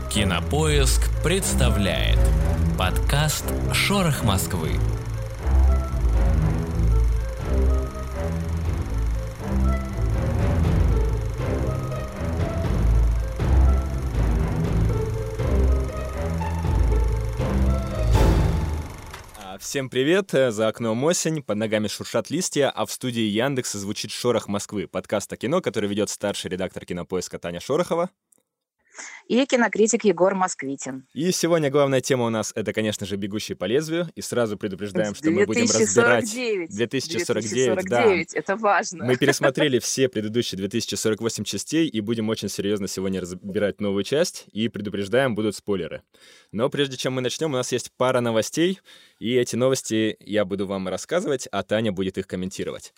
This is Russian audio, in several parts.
Кинопоиск представляет подкаст «Шорох Москвы». Всем привет, за окном осень, под ногами шуршат листья, а в студии Яндекса звучит «Шорох Москвы», подкаст о кино, который ведет старший редактор Кинопоиска Таня Шорохова. И кинокритик Егор Москвитин. И сегодня главная тема у нас — это, конечно же, «Бегущий по лезвию». И сразу предупреждаем, что мы будем разбирать... 2049, да. Это важно. Мы пересмотрели все предыдущие 2048 частей и будем очень серьезно сегодня разбирать новую часть. И предупреждаем, будут спойлеры. Но прежде чем мы начнем, у нас есть пара новостей. И эти новости я буду вам рассказывать, а Таня будет их комментировать.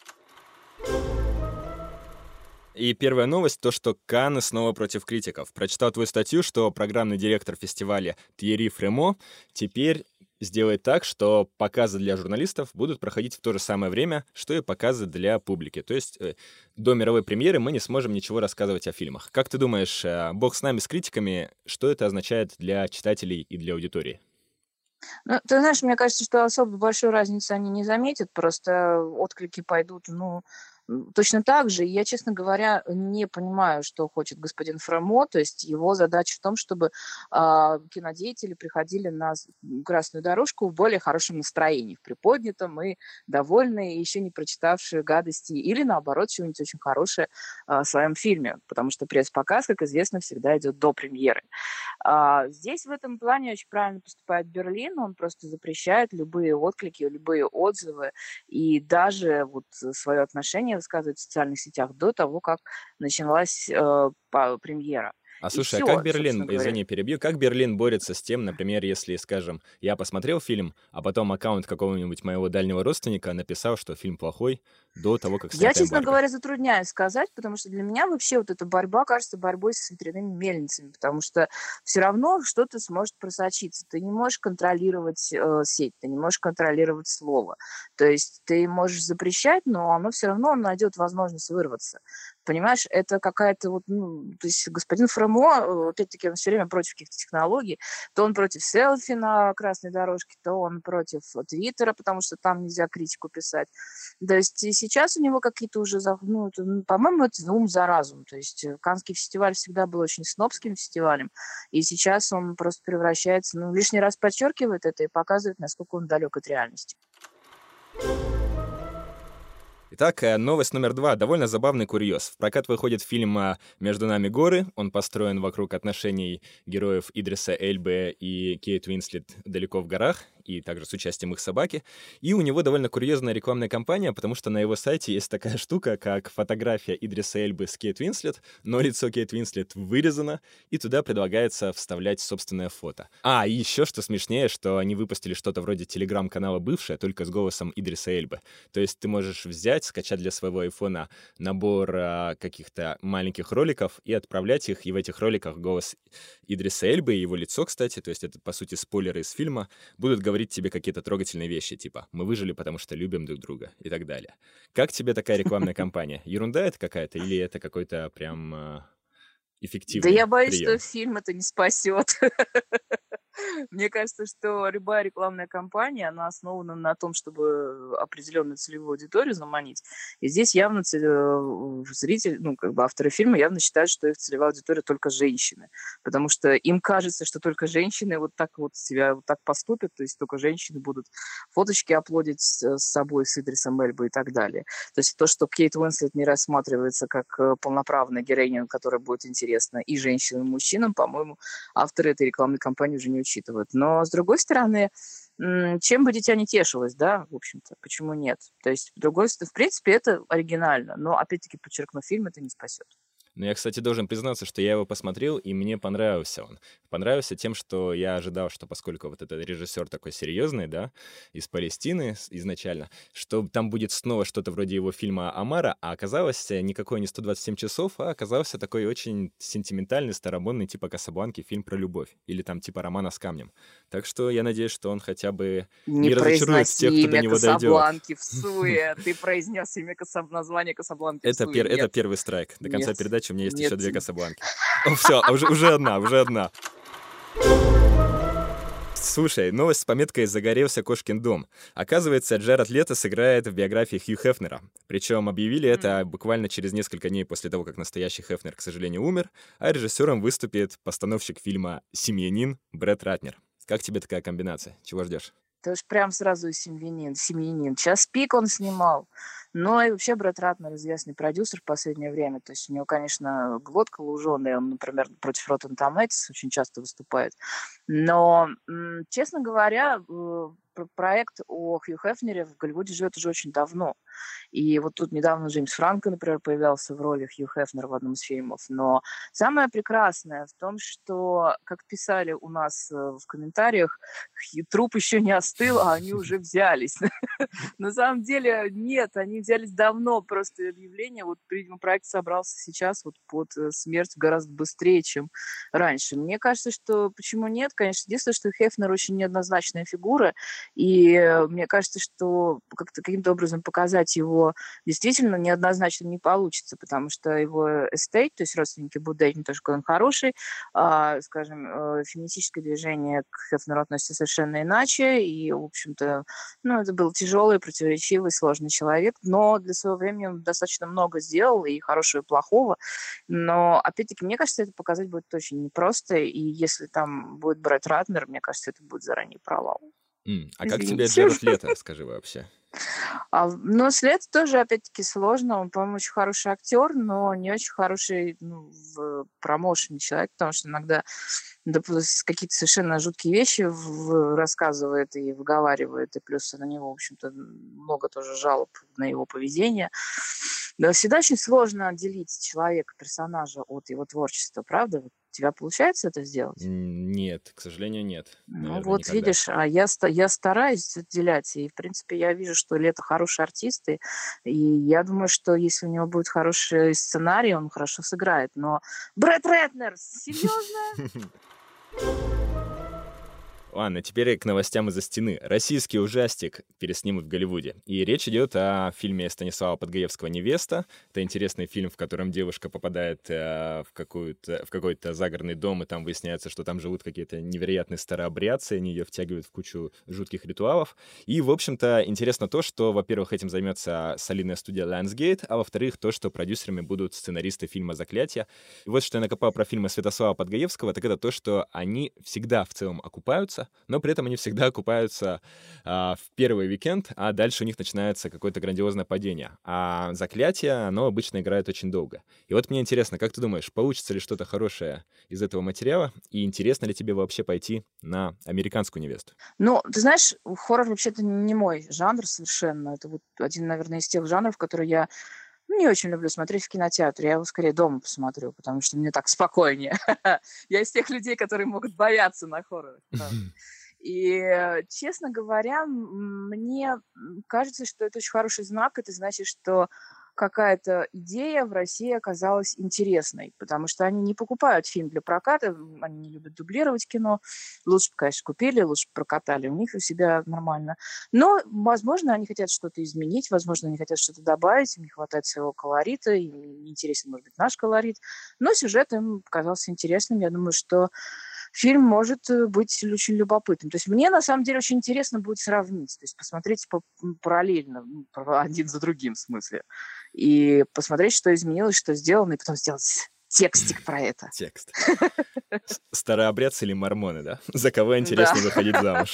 И первая новость — то, что Канны снова против критиков. Прочитал твою статью, что программный директор фестиваля Тьерри Фремо теперь сделает так, что показы для журналистов будут проходить в то же самое время, что и показы для публики. То есть до мировой премьеры мы не сможем ничего рассказывать о фильмах. Как ты думаешь, бог с нами, с критиками, что это означает для читателей и для аудитории? Ну, ты знаешь, мне кажется, что особо большой разницы они не заметят, просто отклики пойдут, точно так же. Я, честно говоря, не понимаю, что хочет господин Фремо. То есть его задача в том, чтобы кинодеятели приходили на красную дорожку в более хорошем настроении, в приподнятом и довольные, еще не прочитавшие гадости, или наоборот, чего-нибудь очень хорошее в своем фильме, потому что пресс-показ, как известно, всегда идет до премьеры. Здесь в этом плане очень правильно поступает Берлин. Он просто запрещает любые отклики, любые отзывы и даже свое отношение высказывать в социальных сетях до того, как началась премьера. Слушай, а как Берлин, извини, перебью, как Берлин борется с тем, например, если, скажем, я посмотрел фильм, а потом аккаунт какого-нибудь моего дальнего родственника написал, что фильм плохой, до того, как снята Я, честно эмбарго? говоря, затрудняюсь сказать, потому что для меня вообще эта борьба кажется борьбой с ветряными мельницами, потому что все равно что-то сможет просочиться. Ты не можешь контролировать сеть, ты не можешь контролировать слово. То есть ты можешь запрещать, но оно все равно найдет возможность вырваться. Понимаешь, это какая-то то есть господин Фремо, опять-таки, он все время против каких-то технологий, то он против селфи на красной дорожке, то он против Твиттера, потому что там нельзя критику писать. То есть и сейчас у него какие-то уже, по-моему, это ум за разум. То есть Каннский фестиваль всегда был очень снобским фестивалем, и сейчас он просто превращается, лишний раз подчеркивает это и показывает, насколько он далек от реальности. Итак, новость номер 2. Довольно забавный курьез. В прокат выходит фильм «Между нами горы». Он построен вокруг отношений героев Идриса Эльбы и Кейт Уинслет далеко в горах, и также с участием их собаки. И у него довольно курьезная рекламная кампания, потому что на его сайте есть такая штука, как фотография Идриса Эльбы с Кейт Уинслет, но лицо Кейт Уинслет вырезано, и туда предлагается вставлять собственное фото. И еще что смешнее, что они выпустили что-то вроде телеграм-канала «Бывшая», только с голосом Идриса Эльбы. То есть ты можешь скачать для своего айфона набор каких-то маленьких роликов и отправлять их, и в этих роликах голос Идриса Эльбы и его лицо, кстати, то есть это, по сути, спойлеры из фильма, будут говорить тебе какие-то трогательные вещи, типа «мы выжили, потому что любим друг друга» и так далее. Как тебе такая рекламная кампания? Ерунда это какая-то или это какой-то прям эффективный прием? Да я боюсь, прием? что фильм это не спасет. Мне кажется, что любая рекламная кампания, она основана на том, чтобы определенную целевую аудиторию заманить. И здесь явно зритель, авторы фильма явно считают, что их целевая аудитория только женщины. Потому что им кажется, что только женщины себя так поступят, то есть только женщины будут фоточки аплодить с собой, с Идрисом Эльбой и так далее. То есть то, что Кейт Уинслет не рассматривается как полноправная героиня, которая будет интересна и женщинам, и мужчинам, по-моему, авторы этой рекламной кампании уже не учитывают. Но, с другой стороны, чем бы дитя не тешилось, да, в общем-то, почему нет? То есть, в принципе, это оригинально, но, опять-таки, подчеркну, фильм это не спасет. Но я, кстати, должен признаться, что я его посмотрел, и мне понравился он. Понравился тем, что я ожидал, что поскольку вот этот режиссер такой серьезный, да, из Палестины изначально, что там будет снова что-то вроде его фильма «Омара», а оказалось никакой не 127 часов, а оказался такой очень сентиментальный, старомодный, типа «Касабланки», фильм про любовь, или там типа «Романа с камнем». Так что я надеюсь, что он хотя бы не разочарует тех, кто до него дойдет. Касабланки в суе. Ты произнес название Касабланки в суе. Это первый страйк. До конца передачи у меня есть еще 2 Касабланки. Все, уже одна. Слушай, новость с пометкой «Загорелся кошкин дом». Оказывается, Джаред Лето сыграет в биографии Хью Хефнера. Причем объявили это буквально через несколько дней после того, как настоящий Хефнер, к сожалению, умер, а режиссером выступит постановщик фильма «Семьянин» Брэд Ратнер. Как тебе такая комбинация? Чего ждешь? Это уж прям сразу и семьянин. «Час пик» он снимал. Но и вообще Брэд Ратнер известный продюсер в последнее время. То есть у него, конечно, глотка луженая. Он, например, против Rotten Tomatoes очень часто выступает. Но, честно говоря, проект о Хью Хефнере в Голливуде живет уже очень давно. И вот тут недавно Джеймс Франко, например, появлялся в роли Хью Хефнера в одном из фильмов. Но самое прекрасное в том, что, как писали у нас в комментариях, труп еще не остыл, а они уже взялись. На самом деле нет, они взялись давно. Просто объявление, вот, видимо, проект собрался сейчас вот под смерть гораздо быстрее, чем раньше. Мне кажется, что почему нет? Конечно, единственное, что Хефнер очень неоднозначная фигура, и мне кажется, что как-то каким-то образом показать его действительно неоднозначно не получится, потому что его эстейт, то есть родственники Будда, не то, что он хороший, скажем, феминистическое движение к Хефнеру относится совершенно иначе, и, в общем-то, это был тяжелый, противоречивый, сложный человек, но для своего времени он достаточно много сделал, и хорошего, и плохого, но, опять-таки, мне кажется, это показать будет очень непросто, и если там будет Брэд Ратнер, мне кажется, это будет заранее провал. А как тебе Джаред Лето, скажи вообще? С Лето тоже, опять-таки, сложно. Он, по-моему, очень хороший актер, но не очень хороший в промоушене человек, потому что иногда какие-то совершенно жуткие вещи рассказывает и выговаривает, и плюс на него, в общем-то, много тоже жалоб на его поведение. Да, всегда очень сложно отделить человека, персонажа от его творчества, правда? У тебя получается это сделать? Нет, к сожалению, нет. Наверное, Вот никогда. видишь, я стараюсь отделять, и, в принципе, я вижу, что Лето хороший артист, и я думаю, что если у него будет хороший сценарий, он хорошо сыграет. Но Брэд Ратнер, серьезно? Ладно, теперь к новостям из-за стены. Российский ужастик переснимут в Голливуде. И речь идет о фильме Станислава Подгаевского «Невеста». Это интересный фильм, в котором девушка попадает в какой-то загородный дом, и там выясняется, что там живут какие-то невероятные старообрядцы, они ее втягивают в кучу жутких ритуалов. И, в общем-то, интересно то, что, во-первых, этим займется солидная студия Lionsgate, а во-вторых, то, что продюсерами будут сценаристы фильма «Заклятие». И вот что я накопал про фильмы Святослава Подгаевского, так это то, что они всегда в целом окупаются, но при этом они всегда окупаются в первый уикенд, а дальше у них начинается какое-то грандиозное падение. А «Заклятие», оно обычно играет очень долго. И вот мне интересно, как ты думаешь, получится ли что-то хорошее из этого материала, и интересно ли тебе вообще пойти на «Американскую невесту»? Ты знаешь, хоррор вообще-то не мой жанр совершенно. Это вот один, наверное, из тех жанров, которые я не очень люблю смотреть в кинотеатре. Я его скорее дома посмотрю, потому что мне так спокойнее. Я из тех людей, которые могут бояться на хоррор. И, честно говоря, мне кажется, что это очень хороший знак. Это значит, что какая-то идея в России оказалась интересной, потому что они не покупают фильм для проката, они не любят дублировать кино. Лучше бы, конечно, купили, лучше бы прокатали, у них у себя нормально. Но, возможно, они хотят что-то изменить, возможно, они хотят что-то добавить, им не хватает своего колорита, им не интересен, может быть, наш колорит. Но сюжет им показался интересным. Я думаю, что фильм может быть очень любопытным. То есть мне, на самом деле, очень интересно будет сравнить, то есть посмотреть параллельно, один за другим в смысле, и посмотреть, что изменилось, что сделано, и потом сделать текстик про это. Текст. Старообрядцы или мормоны, да? За кого интересно выходить замуж?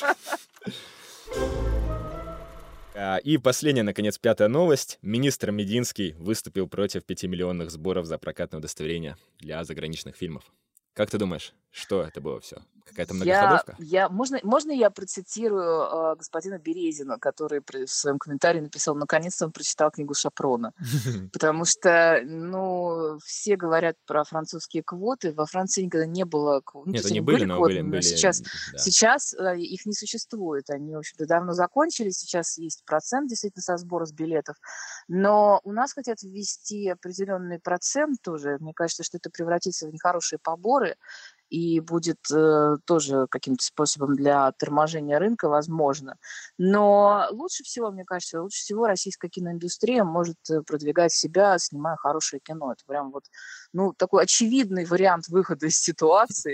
И последняя, наконец, пятая новость. Министр Мединский выступил против 5-миллионных сборов за прокатное удостоверение для заграничных фильмов. Как ты думаешь, что это было все? Какая-то многоходовка? Можно я процитирую господина Березина, который в своем комментарии написал: наконец-то он прочитал книгу Шапрона. Потому что, все говорят про французские квоты. Во Франции никогда не было квот. Нет, они были, но квоты, были. Сейчас их не существует. Они, в общем-то, давно закончились. Сейчас есть процент действительно со сбора с билетов. Но у нас хотят ввести определенный процент тоже. Мне кажется, что это превратится в нехорошие поборы и будет тоже каким-то способом для торможения рынка, возможно. Но лучше всего, мне кажется, российская киноиндустрия может продвигать себя, снимая хорошее кино. Это прям такой очевидный вариант выхода из ситуации.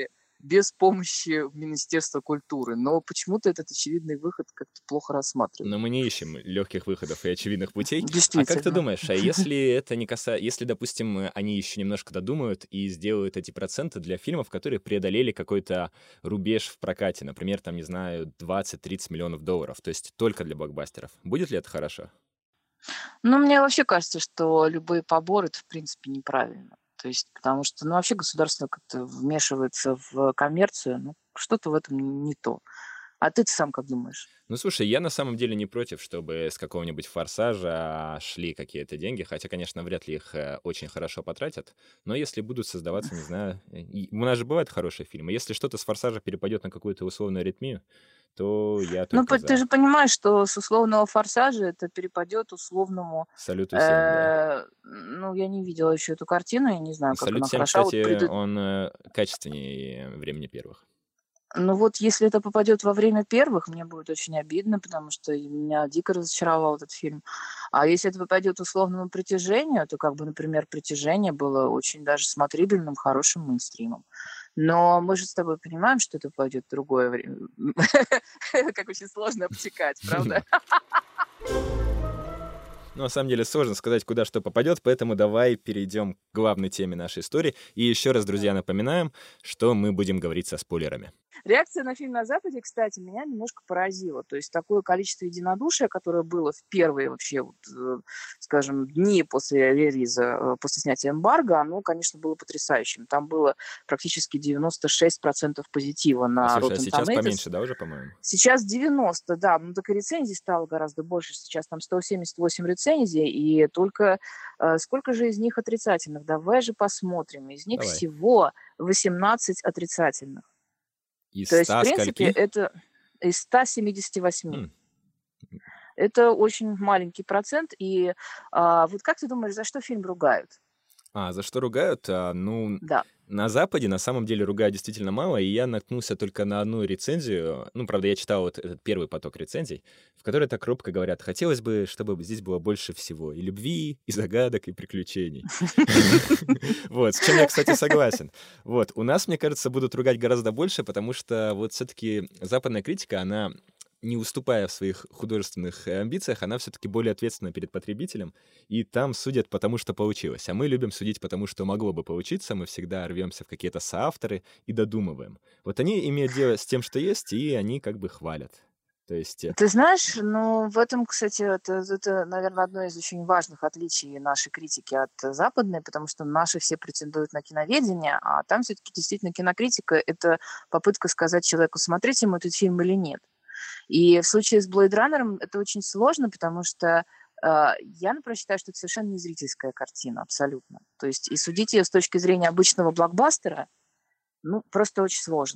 без помощи Министерства культуры. Но почему-то этот очевидный выход как-то плохо рассматривают. Но мы не ищем легких выходов и очевидных путей. А как ты Действительно. думаешь, а если это не касается, если, допустим, они еще немножко додумают и сделают эти проценты для фильмов, которые преодолели какой-то рубеж в прокате, например, там, не знаю, 20-30 миллионов долларов, то есть только для блокбастеров, будет ли это хорошо? Ну, мне вообще кажется, что любые поборы — это, в принципе, неправильно. То есть, потому что, ну, вообще государство как-то вмешивается в коммерцию, ну, что-то в этом не то. А ты-то сам как думаешь? Ну, слушай, я на самом деле не против, чтобы с какого-нибудь «Форсажа» шли какие-то деньги, хотя, конечно, вряд ли их очень хорошо потратят, но если будут создаваться, не знаю, у нас же бывают хорошие фильмы, если что-то с «Форсажа» перепадет на какую-то условную аритмию, то я Ну, только ты за. же понимаешь, что с условного «Форсажа» это перепадет условному... «Салюту 7», да. Ну, я не видела еще эту картину, я не знаю, как «Салют она 7», хороша. Вот кстати, он качественнее «Времени первых». Ну вот если это попадет во время первых, мне будет очень обидно, потому что меня дико разочаровал этот фильм. А если это попадет условному «Притяжению», то, как бы, например, «Притяжение» было очень даже смотрибельным, хорошим мейнстримом. Но мы же с тобой понимаем, что это попадет в другое время. Как очень сложно обтекать, правда? Ну, на самом деле сложно сказать, куда что попадет, поэтому давай перейдем к главной теме нашей истории. И еще раз, друзья, напоминаем, что мы будем говорить со спойлерами. Реакция на фильм на Западе, кстати, меня немножко поразила. То есть такое количество единодушия, которое было в первые вообще, вот, скажем, дни после релиза, после снятия эмбарго, оно, конечно, было потрясающим. Там было практически 96% позитива на Слушай, а Rotten сейчас Tomatoes. поменьше, да, уже, по-моему? Сейчас 90, да. Ну, так и рецензий стало гораздо больше. Сейчас там 178 рецензий, и только сколько же из них отрицательных? Давай же посмотрим. Из них Давай. всего 18 отрицательных. Из То есть, в 100 принципе, скольки? это из 178. Хм. Это очень маленький процент. И вот как ты думаешь, за что фильм ругают? За что ругают? Ну, Да. на Западе на самом деле ругают действительно мало, и я наткнулся только на одну рецензию. Ну, правда, я читал вот этот первый поток рецензий, в которой так робко говорят: хотелось бы, чтобы здесь было больше всего и любви, и загадок, и приключений. Вот, с чем я, кстати, согласен. Вот, у нас, мне кажется, будут ругать гораздо больше, потому что вот все-таки западная критика, она, не уступая в своих художественных амбициях, она все-таки более ответственна перед потребителем, и там судят потому, что получилось. А мы любим судить потому, что могло бы получиться, мы всегда рвемся в какие-то соавторы и додумываем. Вот они имеют дело с тем, что есть, и они как бы хвалят. То есть... Ты знаешь, ну, в этом, кстати, это, наверное, одно из очень важных отличий нашей критики от западной, потому что наши все претендуют на киноведение, а там все-таки действительно кинокритика — это попытка сказать человеку, смотреть ему этот фильм или нет. И в случае с Blade Runner это очень сложно, потому что я, например, считаю, что это совершенно не зрительская картина, абсолютно. То есть и судить ее с точки зрения обычного блокбастера, ну, просто очень сложно.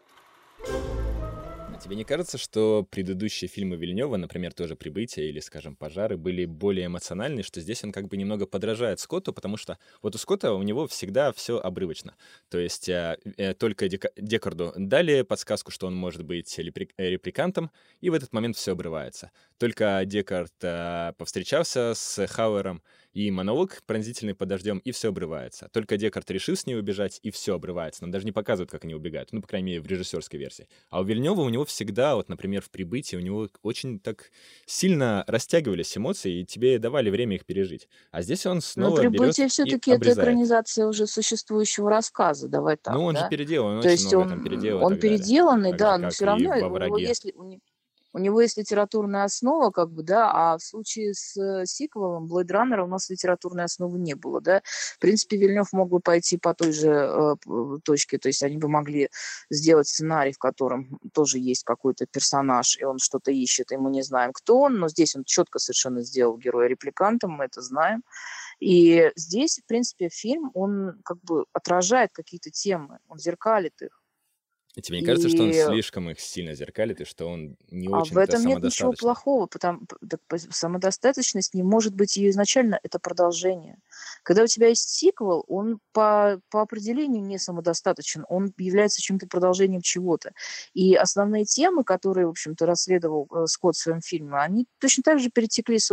Тебе не кажется, что предыдущие фильмы Вильнёва, например, тоже «Прибытие» или, скажем, «Пожары», были более эмоциональны, что здесь он как бы немного подражает Скотту, потому что вот у Скотта у него всегда все обрывочно. То есть только Декарду дали подсказку, что он может быть репликантом, и в этот момент все обрывается. Только Декард повстречался с Хауэром, и монолог пронзительный под дождем, и все обрывается. Только Декард решил с ней убежать, и все обрывается. Нам даже не показывают, как они убегают. Ну, по крайней мере, в режиссерской версии. А у Вильнёва у него всегда, вот, например, в «Прибытии» у него очень так сильно растягивались эмоции, и тебе давали время их пережить. А здесь он снова берет «Прибытие» и все-таки это обрезает. экранизация уже существующего рассказа, давай так, Ну, он же да? переделан, он То очень есть много там переделал и он так далее. переделанный, Так же, да, но как все и равно во «Враге». у него есть литературная основа, как бы, да, а в случае с сиквелом Blade Runner у нас литературной основы не было, да. В принципе, Вильнёв мог бы пойти по той же точке, то есть они бы могли сделать сценарий, в котором тоже есть какой-то персонаж, и он что-то ищет, и мы не знаем, кто он, но здесь он четко совершенно сделал героя репликантом, мы это знаем. И здесь, в принципе, фильм, он как бы отражает какие-то темы, он зеркалит их. И тебе не кажется, что он слишком их сильно зеркалит, и что он не в очень-то этом нет ничего самодостаточный? плохого, самодостаточность не может быть ее изначально, это продолжение. Когда у тебя есть сиквел, он по определению не самодостаточен, он является чем-то продолжением чего-то. И основные темы, которые, в общем-то, расследовал Скотт в своем фильме, они точно так же перетекли сюда.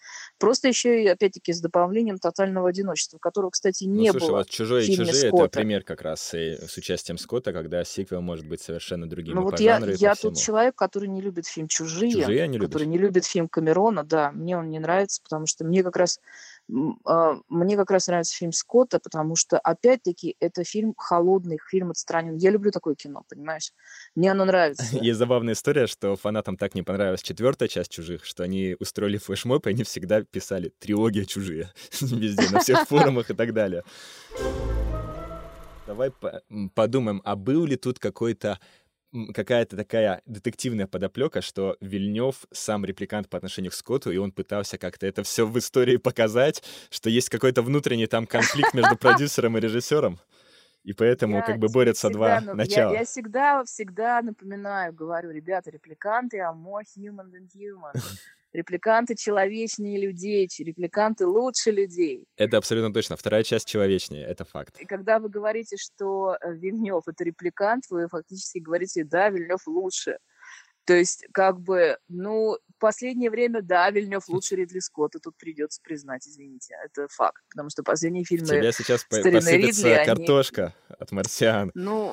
Просто еще и, опять-таки, с добавлением тотального одиночества, которого, кстати, Ну, не слушай, было вот в «Чужой» и фильме «Чужие» — это Скотта. пример как раз и с участием Скотта, когда сиквел может быть совершенно другим Ну и вот по жанру, и по я тот всему. человек, который не любит фильм «Чужие», «Чужие» не который любишь? не любит фильм Камерона, да, мне он не нравится, потому что мне как раз нравится фильм Скотта, потому что, опять-таки, это фильм холодный, фильм отстраненный. Я люблю такое кино, понимаешь? Мне оно нравится. Есть забавная история, что фанатам так не понравилась 4-я часть «Чужих», что они устроили флешмоб, и они всегда писали «Трилогия «Чужие» везде, на всех форумах и так далее. Давай подумаем, а был ли тут какая-то такая детективная подоплека, что Вильнёв сам репликант по отношению к Скотту, и он пытался как-то это все в истории показать, что есть какой-то внутренний там конфликт между продюсером и режиссером, и поэтому как Я бы тебе борются всегда, два начала. я всегда напоминаю, говорю, ребята, репликанты are more human than human. Репликанты человечнее людей, репликанты лучше людей. Это абсолютно точно. 2-я часть человечнее, это факт. И когда вы говорите, что Вильнёв это репликант, вы фактически говорите, да, Вильнёв лучше. То есть, как бы, ну, в последнее время, да, Вильнёв лучше Ридли Скотта, тут придется признать, извините, это факт. Потому что последние В фильмы тебя сейчас старины Ридли, посыпется они... картошка от марсиан.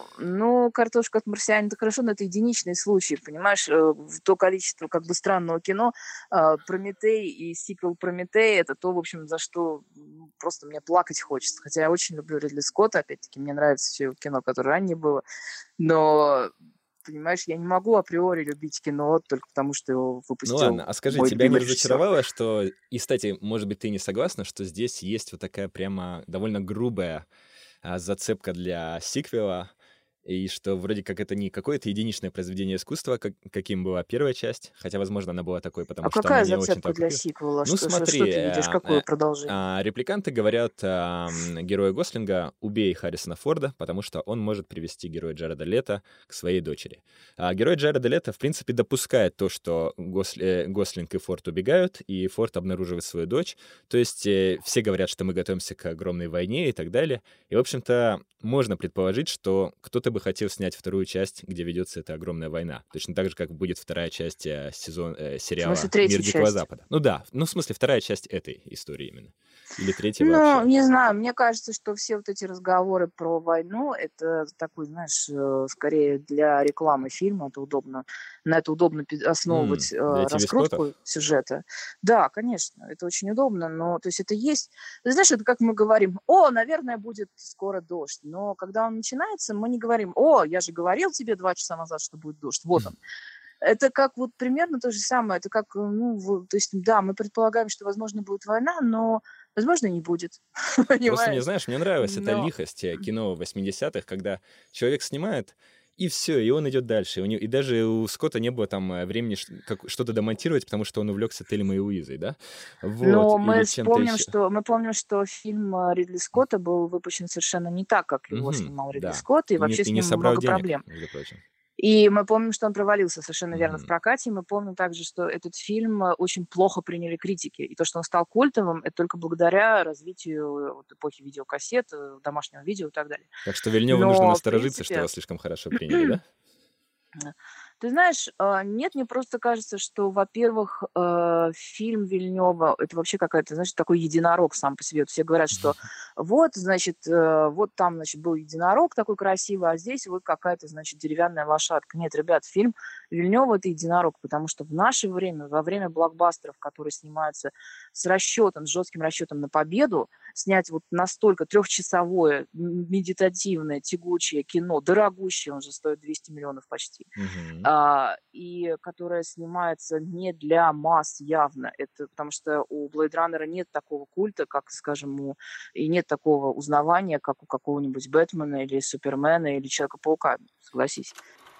Ну, картошка от марсианина, это хорошо, но это единичный случай, понимаешь? То количество как бы странного кино, Прометей и сиквел Прометей, это то, в общем, за что просто мне плакать хочется. Хотя я очень люблю Ридли Скотта, опять-таки, мне нравится все его кино, которое ранее было, но... Понимаешь, я не могу априори любить кино только потому, что его Ну выпустил ладно, а скажи, мой тебя не любимый режиссер. разочаровало, что... И, кстати, может быть, ты не согласна, что здесь есть вот такая прямо довольно грубая зацепка для сиквела, и что вроде как это не какое-то единичное произведение искусства, каким была 1-я часть, хотя, возможно, она была такой, потому А что она какая не очень зацепка для окупилась. сиквела? Ну Что смотри, ты видишь? Какое продолжение? репликанты говорят герою Гослинга: «Убей Харрисона Форда, потому что он может привести героя Джареда Лето к своей дочери». А герой Джареда Лето, в принципе, допускает то, что Гослинг и Форд убегают, и Форд обнаруживает свою дочь. То есть все говорят, что мы готовимся к огромной войне и так далее. И, в общем-то, можно предположить, что кто-то бы хотел снять 2-ю часть, где ведется эта огромная война. Точно так же, как будет 2-я часть В сериала смысле, «Мир третью Дикого часть? Запада». Ну да, ну в смысле 2-я часть этой истории именно. Или 3-я Ну, вообще. не знаю, мне кажется, что все вот эти разговоры про войну, это такой, знаешь, скорее для рекламы фильма, это удобно, на это удобно основывать Для TV-спотов? раскрутку сюжета. Да, конечно, это очень удобно, но, то есть это есть, ты знаешь, это как мы говорим, наверное, будет скоро дождь, но когда он начинается, мы не говорим, я же говорил тебе 2 часа назад, что будет дождь, вот он. Это как вот примерно то же самое. Это как, то есть, да, мы предполагаем, что, возможно, будет война, но, возможно, не будет. Просто мне, Понимаешь? знаешь, мне нравилась эта Но лихость кино 80-х, когда человек снимает, и все, и он идет дальше. И даже у Скотта не было там времени что-то домонтировать, потому что он увлекся Тельмой и Луизой, да? Вот, или чем-то еще. мы помним, что фильм Ридли Скотта был выпущен совершенно не так, как его снимал Ридли Да. Скотт, и вообще И с не ним собрал много денег, проблем. между прочим. И мы помним, что он провалился совершенно верно в Мгм. прокате. И мы помним также, что этот фильм очень плохо приняли критики. И то, что он стал культовым, это только благодаря развитию вот эпохи видеокассет, домашнего видео и так далее. Так что Вильнёву нужно Но, в насторожиться, что принципе, его слишком хорошо приняли, да? ты знаешь, нет, мне просто кажется, что, во-первых, фильм Вильнёва — это вообще какая-то, знаешь, такой единорог сам по себе. Вот все говорят, что вот, значит, вот там, значит, был единорог такой красивый, а здесь вот какая-то, значит, деревянная лошадка. Нет, ребят, фильм Вильнёва — это единорог, потому что в наше время, во время блокбастеров, которые снимаются с расчетом, с жестким расчетом на победу, снять вот настолько трехчасовое, медитативное, тягучее кино, дорогущее, он же стоит 200 миллионов почти, Мгм. и которая снимается не для масс явно. Это потому что у Blade Runner нет такого культа, как, скажем, и нет такого узнавания, как у какого-нибудь Бэтмена или Супермена или Человека-паука, согласись.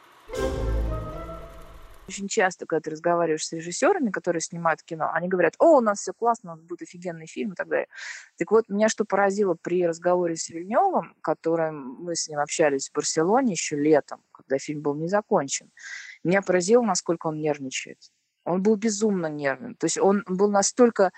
Очень часто, когда ты разговариваешь с режиссерами, которые снимают кино, они говорят: у нас все классно, у нас будет офигенный фильм и так далее. Так вот, меня что поразило при разговоре с Вильнёвым, которым мы с ним общались в Барселоне еще летом, когда фильм был не закончен, меня поразило, насколько он нервничает. Он был безумно нервен. То есть он был настолько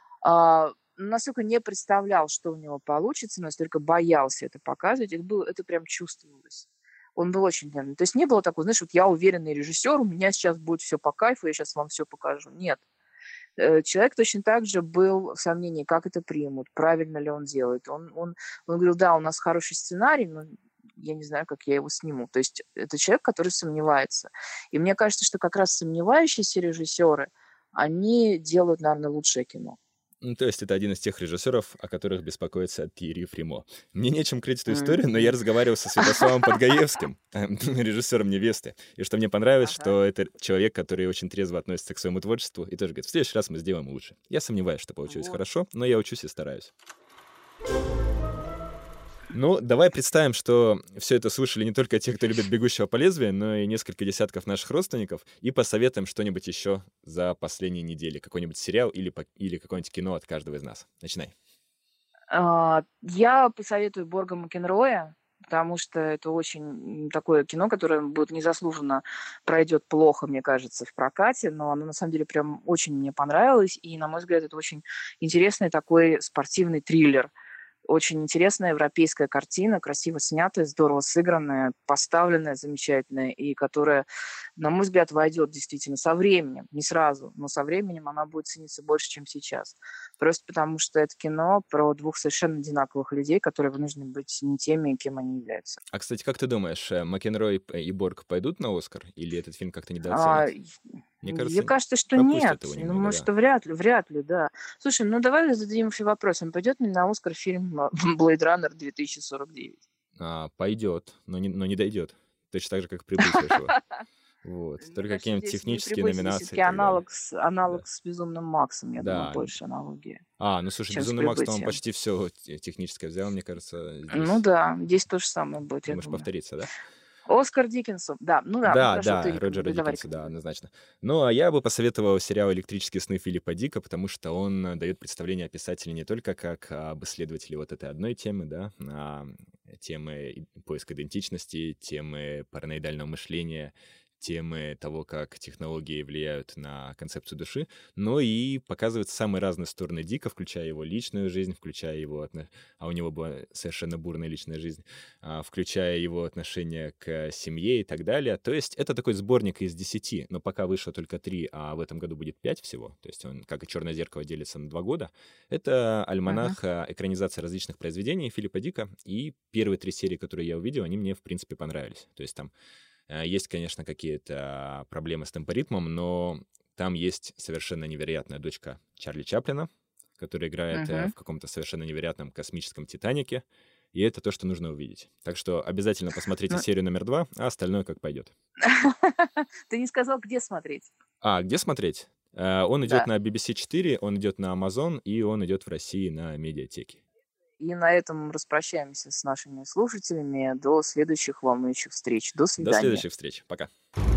не представлял, что у него получится, настолько боялся это показывать. Это прям чувствовалось. Он был очень нервный. То есть не было такого, знаешь, вот я уверенный режиссер, у меня сейчас будет все по кайфу, я сейчас вам все покажу. Нет. Человек точно так же был в сомнении, как это примут, правильно ли он делает. Он говорил, да, у нас хороший сценарий, но я не знаю, как я его сниму. То есть это человек, который сомневается. И мне кажется, что как раз сомневающиеся режиссеры, они делают, наверное, лучшее кино. То есть это один из тех режиссеров, о которых беспокоится Тьерри Фримо. Мне нечем крыть эту историю, но я разговаривал со Святославом Подгаевским, режиссером «Невесты». И что мне понравилось, что это человек, который очень трезво относится к своему творчеству и тоже говорит, в следующий раз мы сделаем лучше. Я сомневаюсь, что получилось хорошо, но я учусь и стараюсь. Ну, давай представим, что все это слушали не только те, кто любит «Бегущего по лезвию», но и несколько десятков наших родственников, и посоветуем что-нибудь еще за последние недели. Какой-нибудь сериал или какое-нибудь кино от каждого из нас. Начинай. Я посоветую Борга Макенроя, потому что это очень такое кино, которое будет незаслуженно пройдет плохо, мне кажется, в прокате, но оно на самом деле прям очень мне понравилось, и, на мой взгляд, это очень интересный такой спортивный триллер. Очень интересная европейская картина, красиво снятая, здорово сыгранная, поставленная замечательная, и которая, на мой взгляд, войдет действительно со временем, не сразу, но со временем она будет цениться больше, чем сейчас. Просто потому, что это кино про двух совершенно одинаковых людей, которые вынуждены быть не теми, кем они являются. А, кстати, как ты думаешь, Макенрой и Борг пойдут на «Оскар»? Или этот фильм как-то недооценят? Мне кажется, что нет. Думаю, что вряд ли, да. Слушай, ну давай зададим еще вопрос. Он пойдет ли на «Оскар» фильм «Blade Runner 2049»? Пойдет, но не дойдет. Точно так же, как «Прибытие» шло. Вот. Только какие-нибудь технические номинации. Аналог с «Безумным Максом», я думаю, больше аналогия. Ну слушай, «Безумный Макс», там почти все техническое взял, мне кажется. Здесь... Ну да, здесь то же самое будет. Можешь повториться, да? Оскар Диккенсон, да. Роджера Диккенса, да, однозначно. Ну, а я бы посоветовал сериал «Электрические сны» Филиппа Дика, потому что он дает представление о писателе не только как об исследователе вот этой одной темы, да, темы поиска идентичности, темы параноидального мышления, темы того, как технологии влияют на концепцию души, но и показывает самые разные стороны Дика, включая его личную жизнь, включая его а у него была совершенно бурная личная жизнь, включая его отношение к семье и так далее. То есть это такой сборник из 10, но пока вышло только 3, а в этом году будет 5 всего. То есть он, как и «Черное зеркало», делится на 2 года. Это альманах экранизации различных произведений Филиппа Дика, и первые 3 серии, которые я увидел, они мне, в принципе, понравились. То есть там есть, конечно, какие-то проблемы с темпоритмом, но там есть совершенно невероятная дочка Чарли Чаплина, которая играет в каком-то совершенно невероятном космическом «Титанике», и это то, что нужно увидеть. Так что обязательно посмотрите серию номер 2, а остальное как пойдет. Ты не сказал, где смотреть. Где смотреть? Он идет на BBC 4, он идет на Amazon, и он идет в России на медиатеке. И на этом распрощаемся с нашими слушателями. До следующих волнующих встреч. До свидания. До следующих встреч. Пока.